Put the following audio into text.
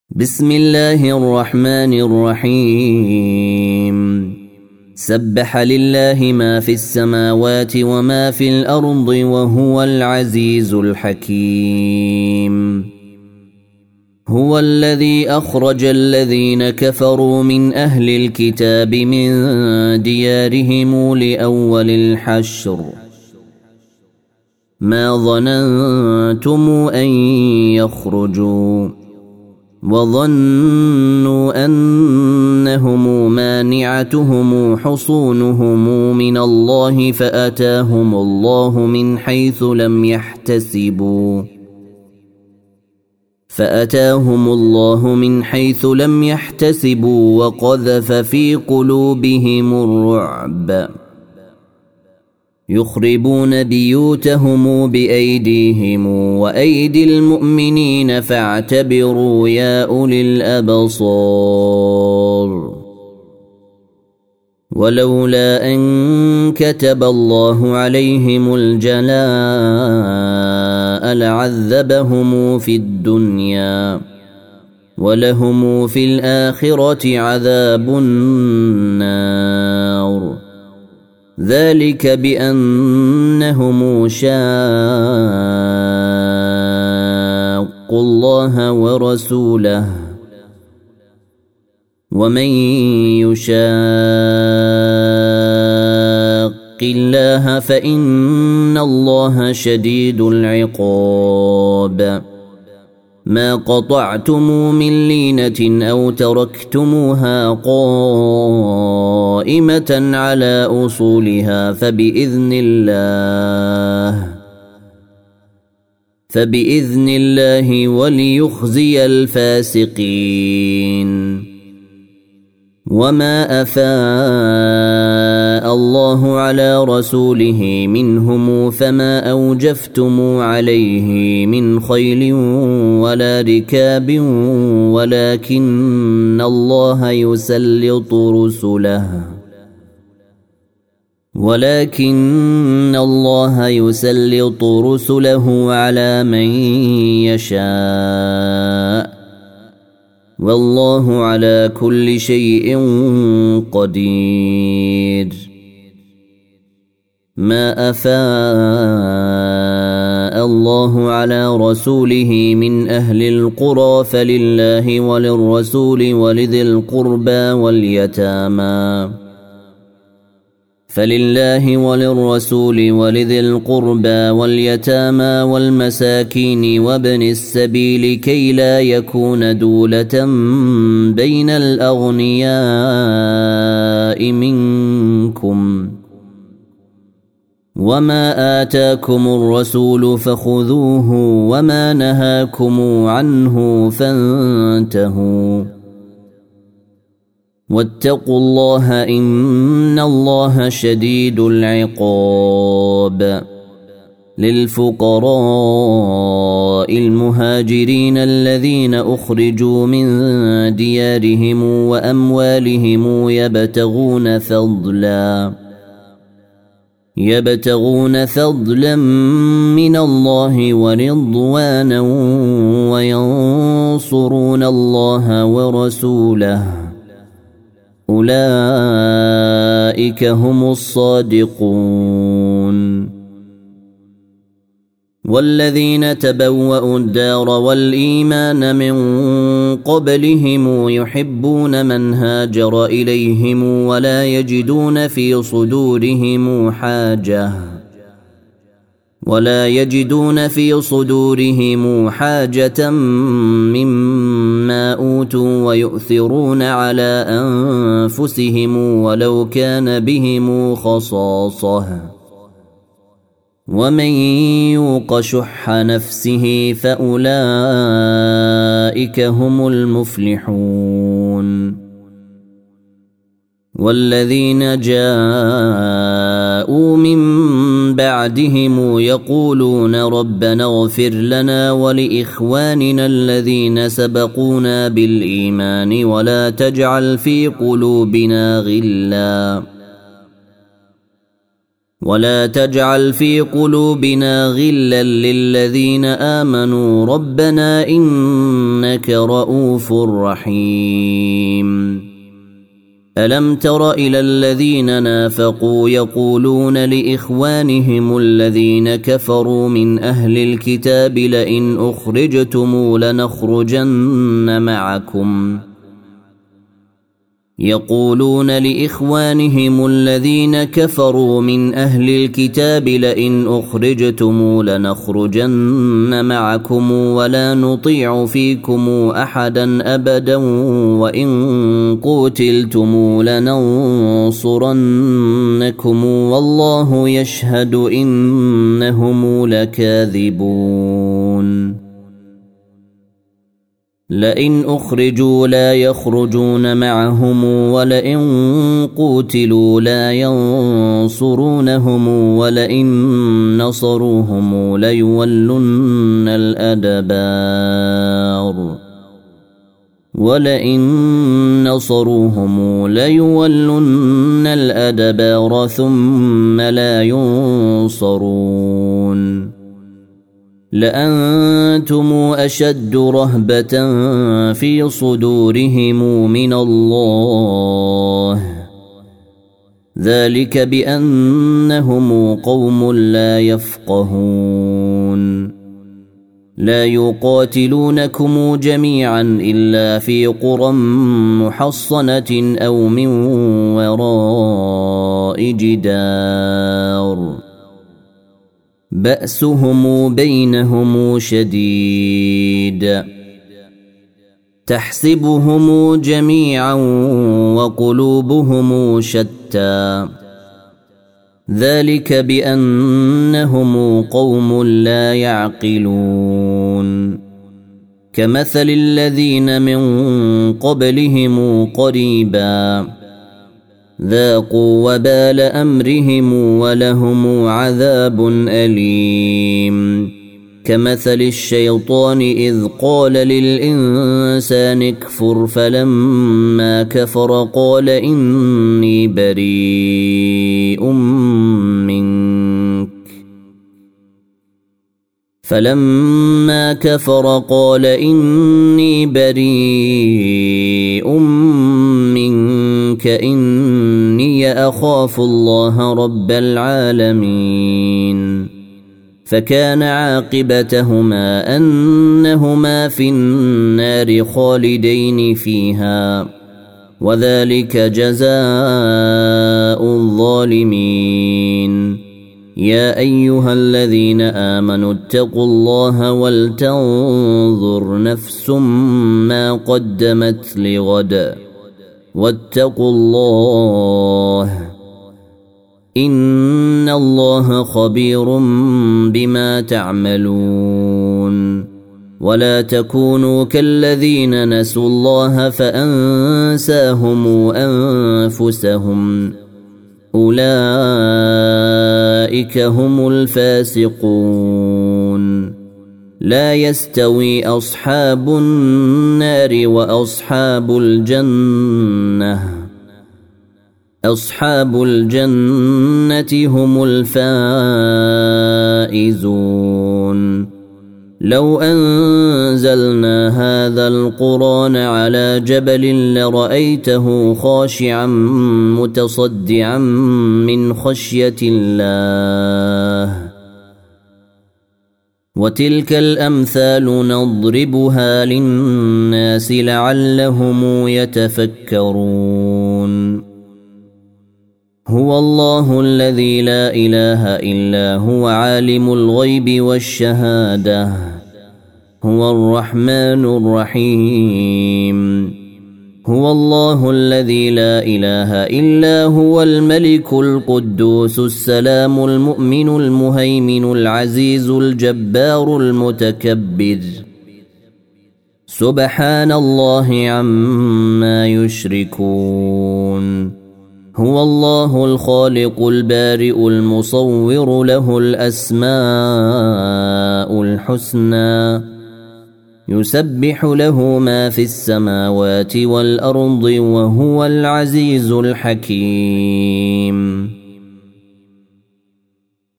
بسم الله الرحمن الرحيم سبح لله ما في السماوات وما في الأرض وهو العزيز الحكيم. هو الذي أخرج الذين كفروا من أهل الكتاب من ديارهم لأول الحشر ما ظننتم أن يخرجوا وظنوا أنهم مانعتهم حصونهم من الله فأتاهم الله من حيث لم يحتسبوا وقذف في قلوبهم الرعب يخربون بيوتهم بأيديهم وأيدي المؤمنين فاعتبروا يا أولي الأبصار. ولولا أن كتب الله عليهم الجلاء لعذبهم في الدنيا ولهم في الآخرة عذاب النار ذلك بأنهم شاقوا الله ورسوله ومن يشاق الله فإن الله شديد العقاب. ما قطعتم من لينة أو تركتموها قائمة على أصولها فبإذن الله وليخزي الفاسقين. وما أفاء الله على رسوله منهم فما أوجفتم عليه من خيل ولا ركاب ولكن الله يسلط رسله على من يشاء والله على كل شيء قدير. ما أفاء الله على رسوله من أهل القرى فلله وللرسول ولذي القربى واليتامى والمساكين وابن السبيل كي لا يكون دولة بين الأغنياء منكم. وما آتاكم الرسول فخذوه وما نهاكم عنه فانتهوا واتقوا الله إن الله شديد العقاب. للفقراء المهاجرين الذين أخرجوا من ديارهم وأموالهم يبتغون فضلا من الله ورضوانا وينصرون الله ورسوله أولئك هم الصادقون. والذين تبوأوا الدار والإيمان من قبلهم يحبون من هاجر إليهم ولا يجدون في صدورهم حاجة مما أوتوا ويؤثرون على أنفسهم ولو كان بهم خصاصة ومن يوق شح نفسه فأولئك هم المفلحون. والذين جاءوا من بعدهم يقولون ربنا اغفر لنا ولإخواننا الذين سبقونا بالإيمان ولا تجعل في قلوبنا ولا تجعل في قلوبنا غلا للذين آمنوا ربنا إنك رؤوف رحيم ألم تر إلى الذين نافقوا يقولون لإخوانهم الذين كفروا من أهل الكتاب لئن أخرجتم لنخرجن معكم يقولون لإخوانهم الذين كفروا من أهل الكتاب لئن أخرجتم لنخرجن معكم ولا نطيع فيكم أحدا أبدا وإن قتلتم لننصرنكم والله يشهد إنهم لكاذبون لئن أخرجوا لا يخرجون معهم ولئن قوتلوا لا ينصرونهم ولئن نصروهم ليولن الأدبار ثم لا ينصرون لأنتم أشد رهبة في صدورهم من الله ذلك بأنهم قوم لا يفقهون لا يقاتلونكم جميعا إلا في قرى محصنة أو من وراء جدار بأسهم بينهم شديد تحسبهم جميعا وقلوبهم شتى ذلك بأنهم قوم لا يعقلون كمثل الذين من قبلهم قريبا ذاقوا وبال أمرهم ولهم عذاب أليم كمثل الشيطان إذ قال للإنسان اكفر فلما كفر قال إني بريء منك إني أخاف الله رب العالمين فكان عاقبتهما أنهما في النار خالدين فيها وذلك جزاء الظالمين يا أيها الذين آمنوا اتقوا الله ولتنظر نفس ما قدمت لغد واتقوا الله إن الله خبير بما تعملون ولا تكونوا كالذين نسوا الله فأنساهم أنفسهم أولئك هم الفاسقون لا يستوي أصحاب النار وأصحاب الجنة هم الفائزون لو أنزلنا هذا القرآن على جبل لرأيته خاشعا متصدعا من خشية الله وتلك الأمثال نضربها للناس لعلهم يتفكرون هو الله الذي لا إله إلا هو عالم الغيب والشهادة هو الرحمن الرحيم هو الله الذي لا إله إلا هو الملك القدوس السلام المؤمن المهيمن العزيز الجبار المتكبر سبحان الله عما يشركون هو الله الخالق البارئ المصور له الأسماء الحسنى يسبح له ما في السماوات والأرض وهو العزيز الحكيم